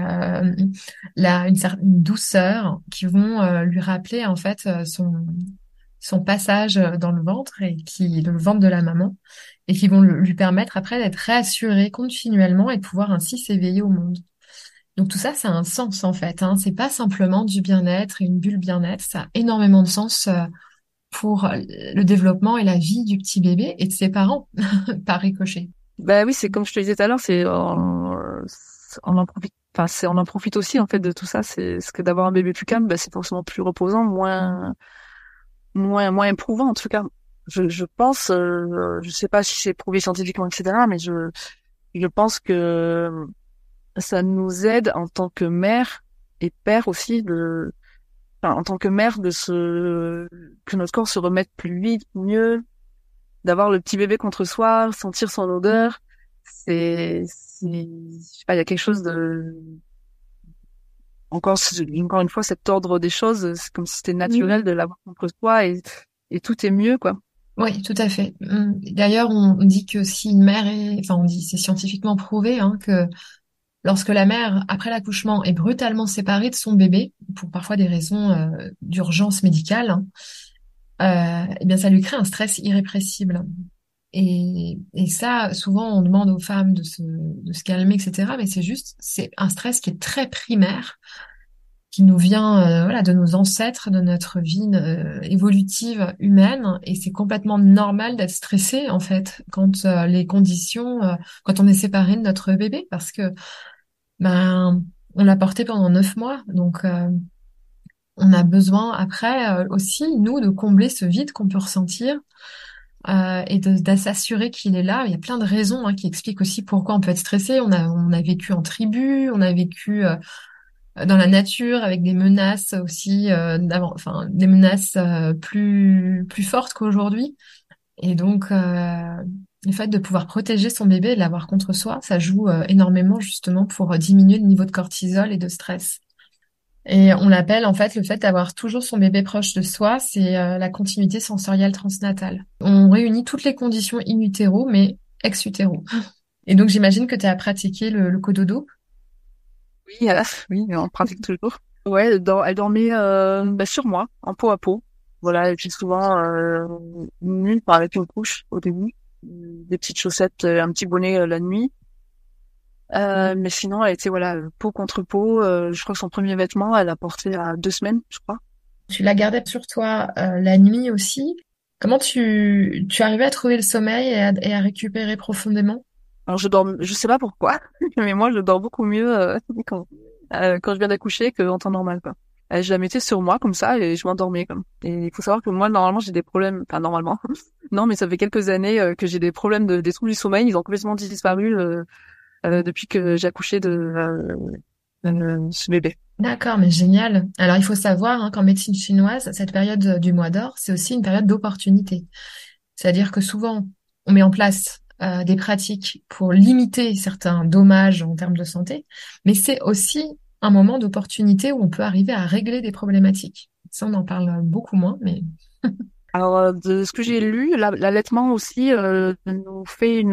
une douceur qui vont lui rappeler en fait son passage dans le ventre le ventre de la maman et qui vont lui permettre après d'être réassuré continuellement et de pouvoir ainsi s'éveiller au monde. Donc tout ça, ça a un sens en fait, hein. C'est pas simplement du bien-être et une bulle bien-être, ça a énormément de sens pour le développement et la vie du petit bébé et de ses parents par ricochet. Bah oui, c'est comme je te disais tout à l'heure, on en profite. Enfin, on en profite aussi en fait de tout ça. C'est ce que d'avoir un bébé plus calme, bah, c'est forcément plus reposant, moins éprouvant en tout cas. Je pense, je sais pas si c'est prouvé scientifiquement, etc. Mais je pense que ça nous aide en tant que mère et père aussi en tant que mère que notre corps se remette plus vite, mieux, d'avoir le petit bébé contre soi, sentir son odeur. Je sais pas, il y a quelque chose encore une fois, cet ordre des choses, c'est comme si c'était naturel de l'avoir contre soi et tout est mieux, quoi. Oui, tout à fait. D'ailleurs, on dit que si une mère c'est scientifiquement prouvé, hein, que lorsque la mère, après l'accouchement, est brutalement séparée de son bébé, pour parfois des raisons d'urgence médicale, hein, eh bien, ça lui crée un stress irrépressible. Et ça, souvent, on demande aux femmes de se calmer, etc. Mais c'est un stress qui est très primaire, qui nous vient, voilà, de nos ancêtres, de notre vie évolutive humaine. Et c'est complètement normal d'être stressé, en fait, quand on est séparé de notre bébé, parce que, ben, on l'a porté pendant 9 mois. Donc, on a besoin après aussi, nous, de combler ce vide qu'on peut ressentir et de s'assurer qu'il est là. Il y a plein de raisons qui expliquent aussi pourquoi on peut être stressé. On a vécu en tribu, on a vécu dans la nature avec des menaces aussi, enfin des menaces plus fortes qu'aujourd'hui. Et donc le fait de pouvoir protéger son bébé et de l'avoir contre soi, ça joue énormément justement pour diminuer le niveau de cortisol et de stress. Et on l'appelle en fait le fait d'avoir toujours son bébé proche de soi, c'est la continuité sensorielle transnatale. On réunit toutes les conditions in utero, mais ex utero. Et donc j'imagine que tu as pratiqué le cododo. Oui, oui, on pratique toujours. Ouais, elle dormait sur moi, en peau à peau. Voilà, et puis souvent nue, avec une couche au début, des petites chaussettes, un petit bonnet la nuit. Mais sinon, elle était voilà peau contre peau. Je crois que son premier vêtement, elle a porté à 2 semaines, je crois. Tu la gardais sur toi la nuit aussi. Comment tu arrivais à trouver le sommeil et à récupérer profondément? Alors je sais pas pourquoi, mais moi je dors beaucoup mieux quand je viens d'accoucher qu'en temps normal, quoi. Je la mettais sur moi comme ça et je m'endormais comme. Et il faut savoir que moi normalement j'ai des problèmes, enfin normalement, non mais ça fait quelques années que j'ai des problèmes des troubles du sommeil, ils ont complètement disparu depuis que j'ai accouché de ce bébé. D'accord, mais génial. Alors il faut savoir qu'en médecine chinoise, cette période du mois d'or, c'est aussi une période d'opportunité. C'est-à-dire que souvent, on met en place des pratiques pour limiter certains dommages en termes de santé, mais c'est aussi un moment d'opportunité où on peut arriver à régler des problématiques. Ça, on en parle beaucoup moins, mais... Alors de ce que j'ai lu, l'allaitement aussi nous fait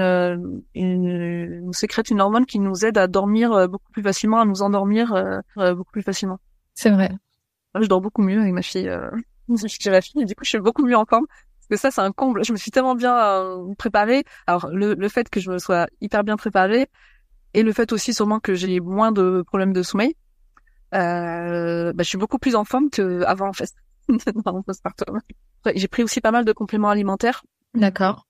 nous sécrète une hormone qui nous aide à dormir beaucoup plus facilement, à nous endormir beaucoup plus facilement. C'est vrai. Moi, je dors beaucoup mieux avec ma fille. J'ai ma fille, et du coup, je suis beaucoup mieux en forme. Parce que ça, c'est un comble. Je me suis tellement bien préparée. Alors, le fait que je me sois hyper bien préparée et le fait aussi sûrement que j'ai moins de problèmes de sommeil, je suis beaucoup plus en forme qu'avant, en fait, dans mon postpartum. Ouais, j'ai pris aussi pas mal de compléments alimentaires. D'accord.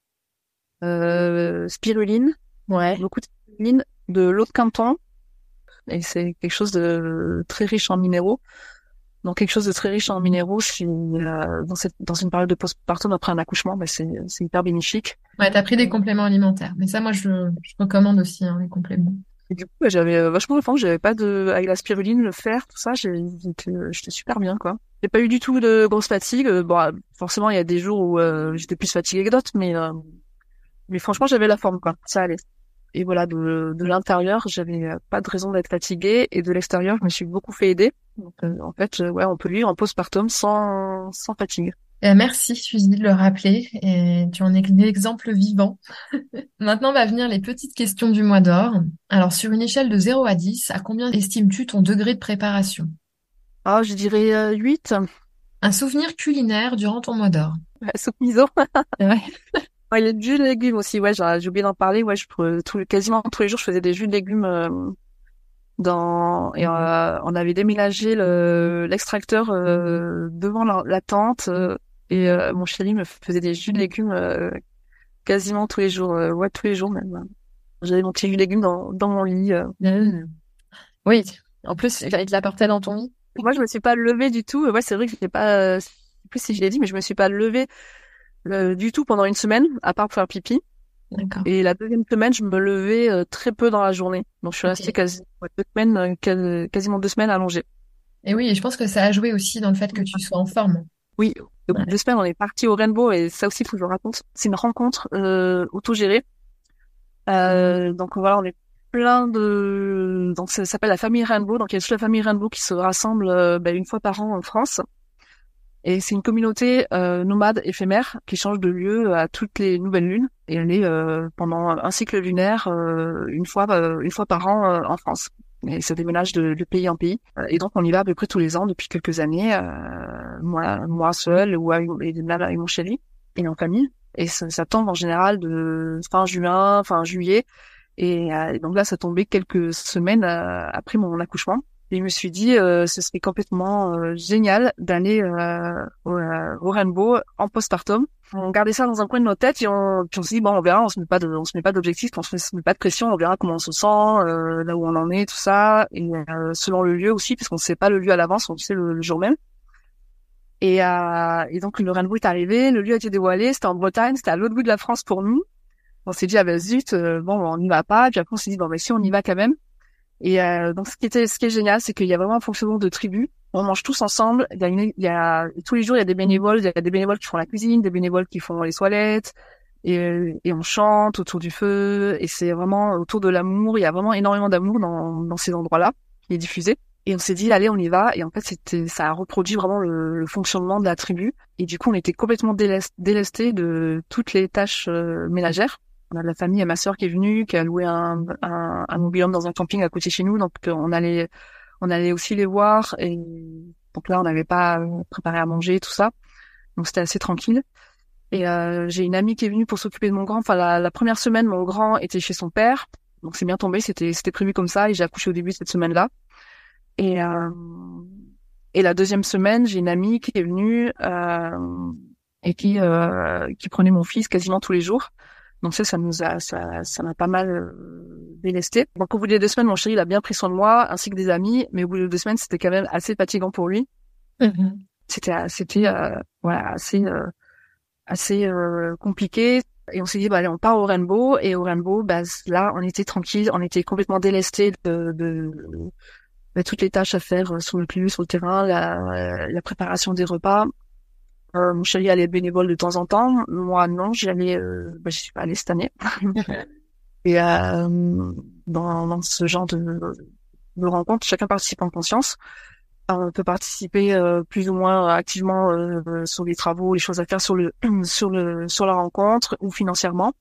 Spiruline. Ouais. Beaucoup de spiruline, de l'eau de Canton. Et c'est quelque chose de très riche en minéraux. Donc quelque chose de très riche en minéraux, dans une période de postpartum après un accouchement, c'est hyper bénéfique. Ouais, t'as pris des compléments alimentaires. Mais ça, moi, je recommande aussi les compléments. Et du coup, j'avais vachement faim, j'avais pas avec la spiruline, le fer, tout ça, j'étais super bien, quoi. J'ai pas eu du tout de grosse fatigue. Bon, forcément, il y a des jours où j'étais plus fatiguée que d'autres, mais franchement, j'avais la forme, quoi. Ça allait. Et voilà, de l'intérieur, j'avais pas de raison d'être fatiguée, et de l'extérieur, je me suis beaucoup fait aider. Donc, en fait, ouais, on peut vivre en postpartum sans fatigue. Merci Suzy de le rappeler et tu en es l'exemple vivant. Maintenant va venir les petites questions du mois d'or. Alors sur une échelle de 0 à 10, à combien estimes-tu ton degré de préparation? Ah, je dirais 8. Un souvenir culinaire durant ton mois d'or. La soupe miso. Ouais. Ouais, les jus de légumes aussi, ouais, j'ai oublié d'en parler. Ouais, quasiment tous les jours, je faisais des jus de légumes on avait déménagé l'extracteur devant la tente mon chéri me faisait des jus de légumes quasiment tous les jours, ouais, tous les jours même. J'avais mon petit jus de légumes dans mon lit. Oui, en plus, il te l'apportait dans ton lit. Moi, je me suis pas levée du tout. Ouais, c'est vrai que j'ai pas, je sais plus si je l'ai dit, mais je me suis pas levée du tout pendant une semaine, à part pour faire pipi. D'accord. Et la deuxième semaine, je me levais très peu dans la journée. Donc, je suis restée quasiment 2 semaines allongée. Et oui, et je pense que ça a joué aussi dans le fait que tu sois en forme. Oui, au bout Ouais. de 2 semaines, on est parti au Rainbow et ça aussi, il faut que je le raconte. C'est une rencontre autogérée. Donc voilà, on est donc ça s'appelle la famille Rainbow. Donc il y a toute la famille Rainbow qui se rassemble une fois par an en France. Et c'est une communauté nomade éphémère qui change de lieu à toutes les nouvelles lunes. Et elle est pendant un cycle lunaire une fois par an en France. Et ça déménage de pays en pays. Et donc on y va à peu près tous les ans depuis quelques années, moi seule ou avec mon chéri et en famille. Et ça tombe en général de fin juin, fin juillet. Et donc là, ça tombait quelques semaines après mon accouchement. Et je me suis dit, ce serait complètement génial d'aller au Rainbow en postpartum. On gardait ça dans un coin de notre tête et puis on s'est dit, bon, on verra, on se met pas d'objectif, on se met pas de pression, on verra comment on se sent, là où on en est, tout ça. Et selon le lieu aussi, parce qu'on sait pas le lieu à l'avance, on le sait le jour même. Et donc le Rainbow est arrivé, le lieu a été dévoilé, c'était en Bretagne, c'était à l'autre bout de la France pour nous. On s'est dit, ah ben zut, bon, on n'y va pas. Puis après, on s'est dit, bon, ben si, on y va quand même. Et donc, ce qui est génial, c'est qu'il y a vraiment un fonctionnement de tribu. On mange tous ensemble. Tous les jours, il y a des bénévoles. Il y a des bénévoles qui font la cuisine, des bénévoles qui font les toilettes. Et on chante autour du feu. Et c'est vraiment autour de l'amour. Il y a vraiment énormément d'amour dans ces endroits-là qui est diffusé. Et on s'est dit, allez, on y va. Et en fait, ça a reproduit vraiment le fonctionnement de la tribu. Et du coup, on était complètement délestés de toutes les tâches ménagères. On a de la famille et ma sœur qui est venue, qui a loué un mobil-home dans un camping à côté de chez nous. Donc, on allait aussi les voir. Et donc là, on n'avait pas préparé à manger, tout ça. Donc, c'était assez tranquille. Et j'ai une amie qui est venue pour s'occuper de mon grand. Enfin, la première semaine, mon grand était chez son père. Donc, c'est bien tombé. C'était prévu comme ça. Et j'ai accouché au début de cette semaine-là. Et la deuxième semaine, j'ai une amie qui est venue et qui prenait mon fils quasiment tous les jours. Donc ça m'a pas mal délesté. Donc au bout des 2 semaines, mon chéri, il a bien pris soin de moi, ainsi que des amis, mais au bout de 2 semaines, c'était quand même assez fatigant pour lui. Mm-hmm. C'était voilà, assez compliqué. Et on s'est dit, bah allez, on part au Rainbow. Et au Rainbow, bah là, on était tranquille, on était complètement délesté de toutes les tâches à faire sur le lieu, sur le terrain, la préparation des repas. Mon chéri allait être bénévole de temps en temps. Moi, non, j'y suis pas allée cette année. Et dans ce genre de rencontre, chacun participe en conscience. On peut participer plus ou moins activement sur les travaux, les choses à faire sur la rencontre ou financièrement.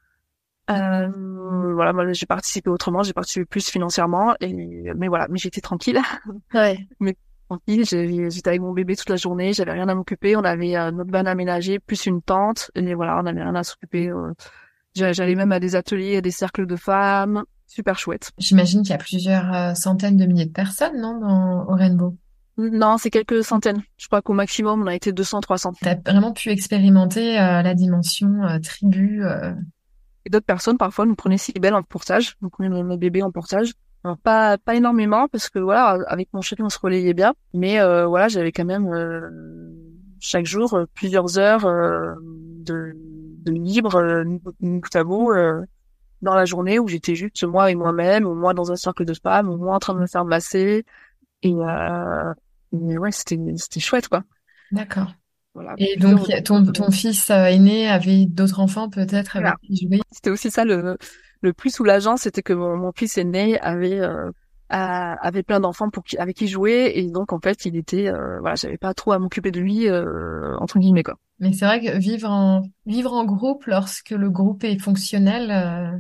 Voilà, moi j'ai participé autrement, j'ai participé plus financièrement mais j'étais tranquille. Ouais. Mais tranquille, j'étais avec mon bébé toute la journée, j'avais rien à m'occuper, on avait notre van aménagé plus une tente et voilà, on avait rien à s'occuper. J'allais même à des ateliers, à des cercles de femmes, super chouette. J'imagine qu'il y a plusieurs centaines de milliers de personnes, non, au Rainbow. Non, c'est quelques centaines. Je crois qu'au maximum, on a été 200, 300. T'as vraiment pu expérimenter la dimension tribu. Et d'autres personnes, parfois, nous prenaient Cybèle en portage. Nous prenions nos bébés en portage. Alors, pas énormément, parce que voilà, avec mon chéri, on se relayait bien. Mais voilà, j'avais quand même chaque jour plusieurs heures de libre, bout à bout, dans la journée où j'étais juste moi et moi-même, ou moi dans un cercle de femmes, ou moi en train de me faire masser. Et ouais, c'était chouette, quoi. D'accord. Voilà. Et donc, ton fils aîné avait d'autres enfants peut-être avec qui jouer? C'était aussi ça le plus soulageant, c'était que mon fils aîné avait avait plein d'enfants avec qui jouer, et donc en fait il était voilà, j'avais pas trop à m'occuper de lui entre guillemets quoi. Mais c'est vrai que vivre en groupe lorsque le groupe est fonctionnel,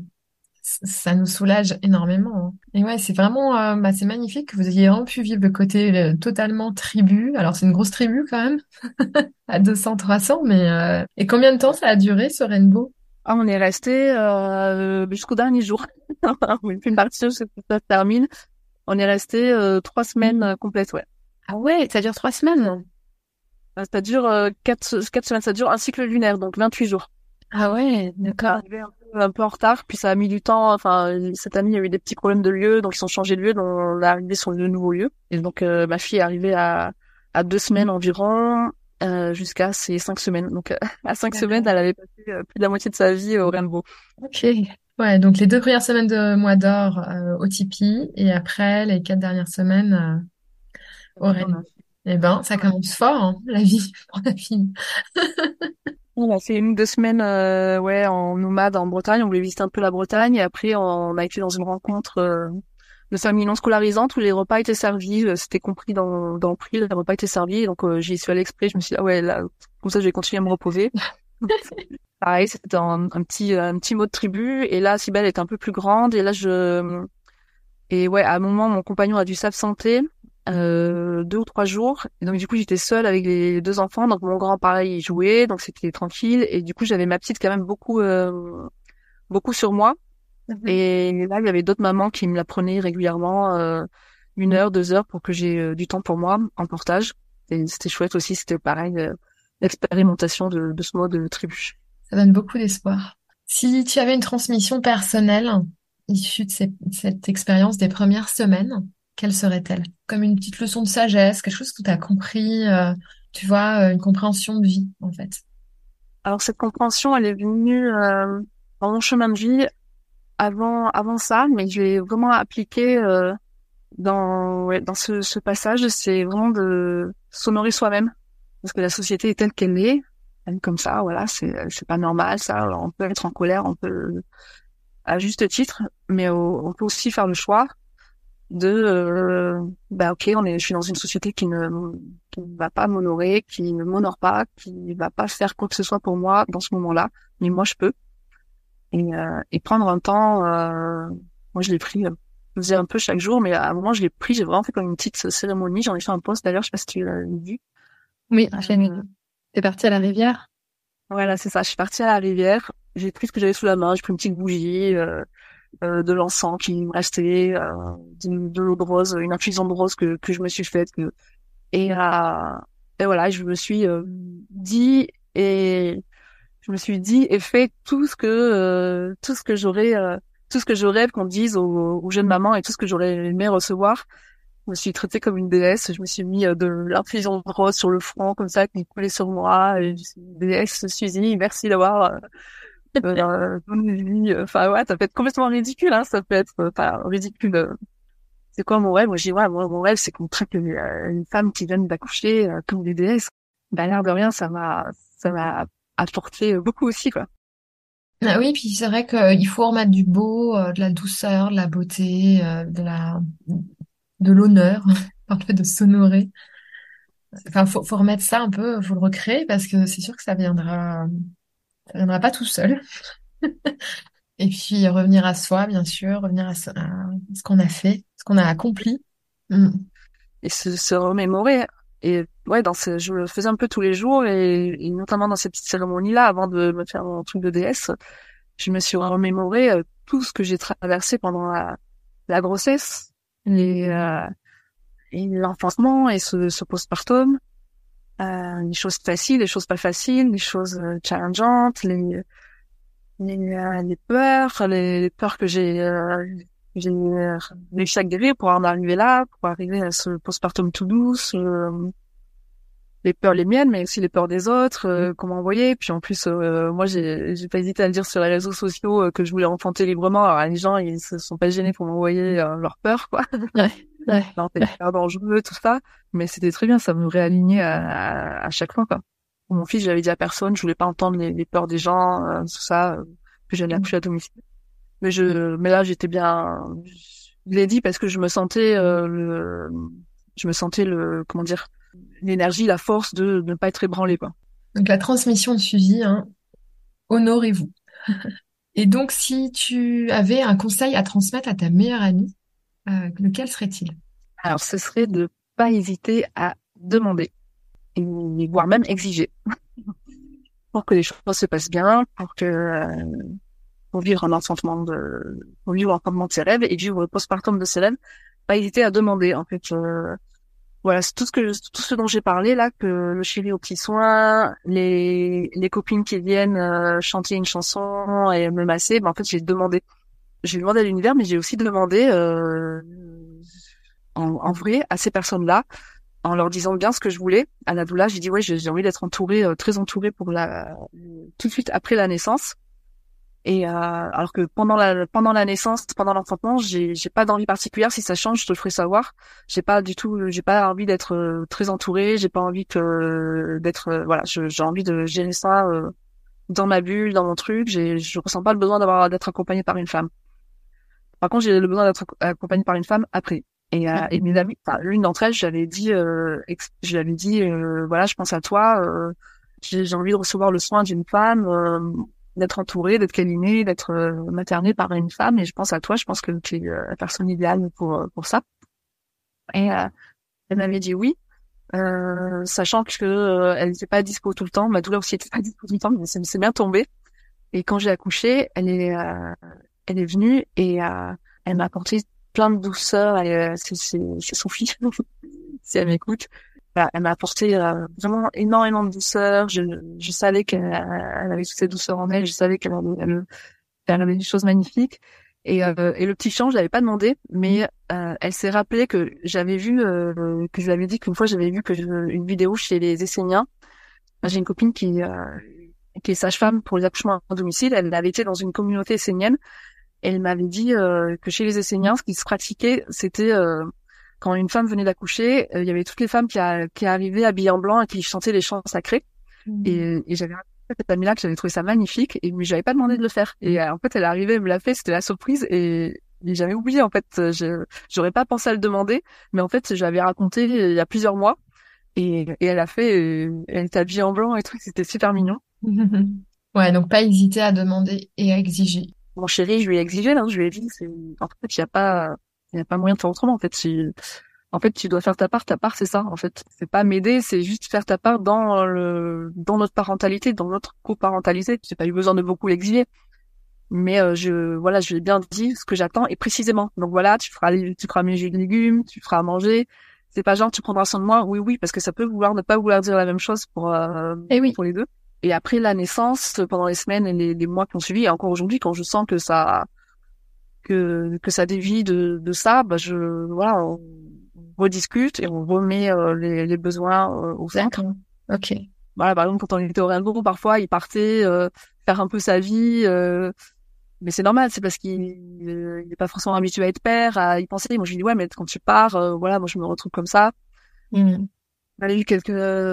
ça nous soulage énormément, hein. Et ouais, c'est vraiment, c'est magnifique que vous ayez vraiment pu vivre le côté totalement tribu. Alors c'est une grosse tribu quand même, à 200-300, mais et combien de temps ça a duré ce rainbow? Ah, on est resté jusqu'au dernier jour. On est plus partir jusqu'à ce que ça se termine. On est resté 3 semaines complètes, ouais. Ah ouais, ça dure 3 semaines. Ça dure 4 semaines, ça dure un cycle lunaire, donc 28 jours. Ah ouais, d'accord. Arrivé un peu en retard, puis ça a mis du temps. Enfin, cette année, il y a eu des petits problèmes de lieu, donc ils ont changé de lieu, donc on est arrivé sur le nouveau lieu. Et donc, ma fille est arrivée à 2 semaines environ, jusqu'à ses 5 semaines. Donc, à 5 semaines, elle avait passé plus de la moitié de sa vie au Rainbow. Ok. Ouais, donc les 2 premières semaines de mois d'or au Tipeee et après les 4 dernières semaines au Rainbow. Eh ben, ça commence fort, hein, la vie pour la fille. On a fait 1 ou 2 semaines ouais, en nomade en Bretagne. On voulait visiter un peu la Bretagne. Et après, on a été dans une rencontre de famille non scolarisante où les repas étaient servis. C'était compris dans le prix, les repas étaient servis. Donc, j'y suis allée exprès. Je me suis dit, ah ouais, là, comme ça, je vais continuer à me reposer. Pareil, c'était un petit mot de tribu. Et là, Cybèle est un peu plus grande. Et là, et ouais, à un moment, mon compagnon a dû s'absenter 2 ou 3 jours. Et donc, du coup, j'étais seule avec les 2 enfants. Donc, mon grand, pareil, il jouait. Donc, c'était tranquille. Et du coup, j'avais ma petite quand même beaucoup sur moi. Et là, il y avait d'autres mamans qui me la prenaient régulièrement, 1 heure, 2 heures pour que j'ai du temps pour moi en portage. Et c'était chouette aussi. C'était pareil, l'expérimentation de ce mode tribu. Ça donne beaucoup d'espoir. Si tu avais une transmission personnelle issue de cette expérience des premières semaines, quelle serait-elle? Comme une petite leçon de sagesse, quelque chose que tu as compris, tu vois, une compréhension de vie, en fait. Alors, cette compréhension, elle est venue dans mon chemin de vie avant ça, mais je l'ai vraiment appliqué dans ce passage. C'est vraiment de s'honorer soi-même, parce que la société est telle qu'elle est, elle est comme ça, voilà, c'est pas normal ça. Alors, on peut être en colère, on peut à juste titre, mais on peut aussi faire le choix de ok, je suis dans une société qui ne va pas m'honorer, qui ne m'honore pas, qui va pas faire quoi que ce soit pour moi dans ce moment-là, mais moi je peux. Et prendre un temps, moi je l'ai pris, je le faisais un peu chaque jour, mais à un moment je l'ai pris, j'ai vraiment fait comme une petite cérémonie, j'en ai fait un post d'ailleurs, je sais pas si tu l'as vu. Oui, t'es partie à la rivière? Voilà, c'est ça, je suis partie à la rivière, j'ai pris ce que j'avais sous la main, j'ai pris une petite bougie, de l'encens qui me restait, de l'eau de rose, une infusion de rose que je me suis faite, et voilà, je me suis dit et fait tout ce que je rêve qu'on dise aux jeunes mamans et tout ce que j'aurais aimé recevoir. Je me suis traitée comme une déesse. Je me suis mis de l'infusion de rose sur le front comme ça qui coulait sur moi. Et je suis une déesse Suzy, merci d'avoir donné vie. Enfin ouais, ça peut être complètement ridicule, hein. Ça peut être ridicule. C'est quoi mon rêve? Moi, j'ai mon rêve, c'est qu'on traite une femme qui vient d'accoucher comme des déesses. Bah, l'air de rien, ça m'a apporté beaucoup aussi, quoi. Ah oui, puis c'est vrai qu'il faut remettre du beau, de la douceur, de la beauté, de l'honneur, par le fait de s'honorer. Enfin, faut remettre ça un peu, faut le recréer parce que c'est sûr que ça viendra pas tout seul. Et puis revenir à soi, bien sûr, revenir à ce qu'on a fait, ce qu'on a accompli. Mm. Et se remémorer. Et ouais, je le faisais un peu tous les jours et notamment dans ces petites cérémonies-là, avant de me faire mon truc de déesse, je me suis remémoré tout ce que j'ai traversé pendant la grossesse, et l'enfantement et ce postpartum, les choses faciles, les choses pas faciles, les choses challengeantes, les peurs que j'ai réussi à guérir pour en arriver là, pour arriver à ce postpartum tout douce, les peurs les miennes, mais aussi les peurs des autres, qu'on m'envoyait. Puis en plus, moi, j'ai pas hésité à le dire sur les réseaux sociaux que je voulais enfanter librement. Alors les gens, ils se sont pas gênés pour m'envoyer leurs peurs, quoi. Ouais. Non, c'est hyper dangereux, tout ça. Mais c'était très bien, ça me réalignait à chaque fois, quoi. Pour mon fils, j'avais dit à personne, je voulais pas entendre les peurs des gens, tout ça, que j'allais accoucher à domicile. Mais là, j'étais bien Je l'ai dit parce que je me sentais comment dire, l'énergie, la force de ne pas être ébranlée, quoi. Donc la transmission de Suzy, hein, honorez-vous. Et donc, si tu avais un conseil à transmettre à ta meilleure amie, lequel serait-il? Alors, ce serait de pas hésiter à demander, et voire même exiger, pour que les choses se passent bien, pour vivre pour vivre l'enfantement de ses rêves et vivre le postpartum de ses rêves, pas hésiter à demander, en fait. Voilà, c'est tout ce dont j'ai parlé là, que le chéri aux petits soins, les copines qui viennent chanter une chanson et me masser, en fait, j'ai demandé à l'univers, mais j'ai aussi demandé en vrai à ces personnes-là, en leur disant bien ce que je voulais. À la doula, j'ai dit ouais, j'ai envie d'être entourée, très entourée pour tout de suite après la naissance. Et alors que pendant la naissance, pendant l'enfantement, j'ai pas d'envie particulière. Si ça change, je te le ferai savoir. J'ai pas envie d'être très entourée. J'ai pas envie voilà. J'ai envie de gérer ça dans ma bulle, dans mon truc. Je ressens pas le besoin d'être accompagnée par une femme. Par contre, j'ai le besoin d'être accompagnée par une femme après. Et mes amis, enfin, l'une d'entre elles, je lui avais dit, voilà, je pense à toi. J'ai envie de recevoir le soin d'une femme. D'être entourée, d'être câlinée, d'être maternée par une femme, et je pense à toi, je pense que tu es la personne idéale pour ça. Et elle m'avait dit oui, sachant que elle n'était pas dispo tout le temps, ma douleur aussi était pas dispo tout le temps, mais c'est bien tombé. Et quand j'ai accouché, elle est venue et elle m'a apporté plein de douceur. C'est Sophie, si elle m'écoute. Voilà, elle m'a apporté vraiment énormément de douceur. Je savais elle avait toutes ces douceurs en elle. Je savais qu'elle avait des choses magnifiques. Et le petit chant, je l'avais pas demandé, mais elle s'est rappelée que j'avais vu, que je lui avais dit qu'une fois j'avais vu une vidéo chez les Esséniens. J'ai une copine qui est sage-femme pour les accouchements à domicile. Elle avait été dans une communauté essénienne. Et elle m'avait dit que chez les Esséniens, ce qui se pratiquait, c'était quand une femme venait d'accoucher, il y avait toutes les femmes qui arrivaient habillées en blanc et qui chantaient les chants sacrés. Et j'avais raconté à cette amie-là que j'avais trouvé ça magnifique, mais j'avais pas demandé de le faire. Et en fait, elle est arrivée, elle me l'a fait, c'était la surprise, et j'avais oublié, en fait. J'aurais pas pensé à le demander, mais en fait, je l'avais raconté il y a plusieurs mois, et elle a fait, elle était habillée en blanc et tout, c'était super mignon. Ouais, donc pas hésiter à demander et à exiger. Mon chéri, je lui ai exigé, là, je lui ai dit, en fait, il y a pas moyen de faire autrement, en fait. En fait, tu dois faire ta part, c'est ça, en fait. C'est pas m'aider, c'est juste faire ta part dans notre parentalité, dans notre coparentalité. J'ai pas eu besoin de beaucoup l'exiger. Mais, je lui ai bien dit ce que j'attends, et précisément. Donc voilà, tu feras mes jus de légumes, tu feras à manger. C'est pas genre, tu prendras soin de moi, oui, parce que ça peut ne pas vouloir dire la même chose pour les deux. Et après la naissance, pendant les semaines et les mois qui ont suivi, et encore aujourd'hui, quand je sens que ça dévie de ça, on rediscute et on remet les besoins au centre. Ok. Voilà, par exemple, quand on était au Rainbow, parfois, il partait faire un peu sa vie, mais c'est normal, c'est parce qu'il est pas forcément habitué à être père, à y penser. Moi, je lui dis, ouais, mais quand tu pars, voilà, moi, je me retrouve comme ça. On a eu quelques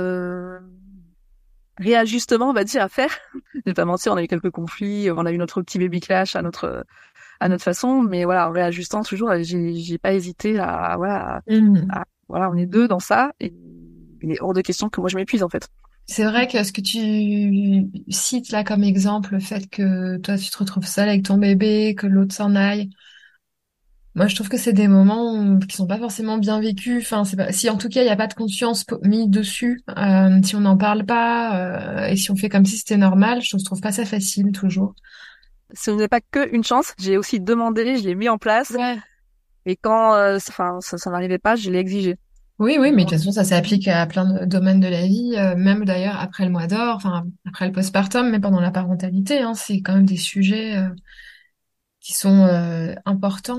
réajustements, on va dire, à faire. Je vais pas mentir, on a eu quelques conflits, on a eu notre petit baby clash à notre façon, mais voilà, en réajustant toujours, j'ai pas hésité voilà, on est deux dans ça, et il est hors de question que moi je m'épuise, en fait. C'est vrai que ce que tu cites là comme exemple, le fait que toi tu te retrouves seule avec ton bébé, que l'autre s'en aille, moi je trouve que c'est des moments qui sont pas forcément bien vécus. Enfin, c'est pas, si en tout cas il n'y a pas de conscience mise dessus, si on n'en parle pas, et si on fait comme si c'était normal, je trouve pas ça facile toujours. Ce n'est pas que une chance, j'ai aussi demandé, je l'ai mis en place, Ouais. et quand ça n'arrivait pas, je l'ai exigé. Oui, mais de toute façon, ça s'applique à plein de domaines de la vie, même d'ailleurs après le mois d'or, enfin après le postpartum, mais pendant la parentalité, hein, c'est quand même des sujets qui sont importants,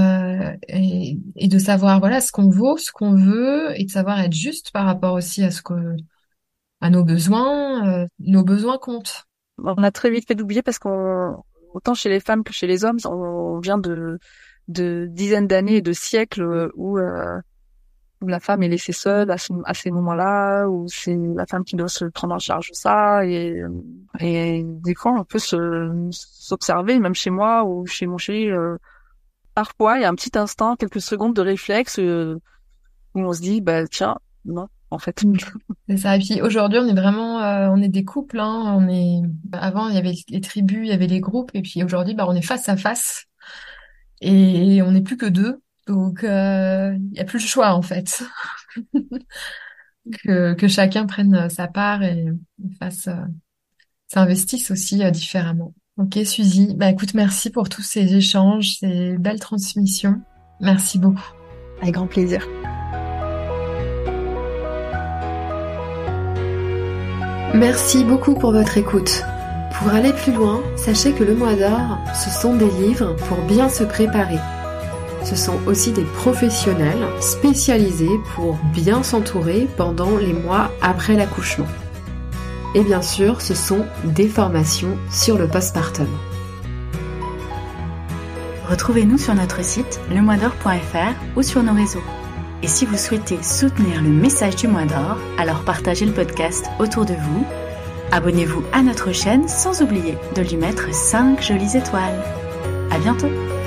et de savoir voilà ce qu'on vaut, ce qu'on veut, et de savoir être juste par rapport aussi à nos besoins comptent. On a très vite fait d'oublier parce autant chez les femmes que chez les hommes, on vient de dizaines d'années, de siècles où la femme est laissée seule à ces moments-là, où c'est la femme qui doit se prendre en charge de ça, et des fois on peut s'observer, même chez moi ou chez mon chéri, parfois, il y a un petit instant, quelques secondes de réflexe où on se dit, bah tiens, non, en fait. C'est ça. Et puis aujourd'hui, on est vraiment, on est des couples, hein. Avant, il y avait les tribus, il y avait les groupes, et puis aujourd'hui, on est face à face, et on n'est plus que deux. Donc, il y a plus le choix, en fait. Que chacun prenne sa part et s'investisse aussi différemment. Ok, Suzy. Écoute, merci pour tous ces échanges, ces belles transmissions. Merci beaucoup. Avec grand plaisir. Merci beaucoup pour votre écoute. Pour aller plus loin, sachez que le mois d'or, ce sont des livres pour bien se préparer. Ce sont aussi des professionnels spécialisés pour bien s'entourer pendant les mois après l'accouchement. Et bien sûr, ce sont des formations sur le postpartum. Retrouvez-nous sur notre site lemoisdor.fr ou sur nos réseaux. Et si vous souhaitez soutenir le message du mois d'or, alors partagez le podcast autour de vous, abonnez-vous à notre chaîne sans oublier de lui mettre 5 jolies étoiles. À bientôt!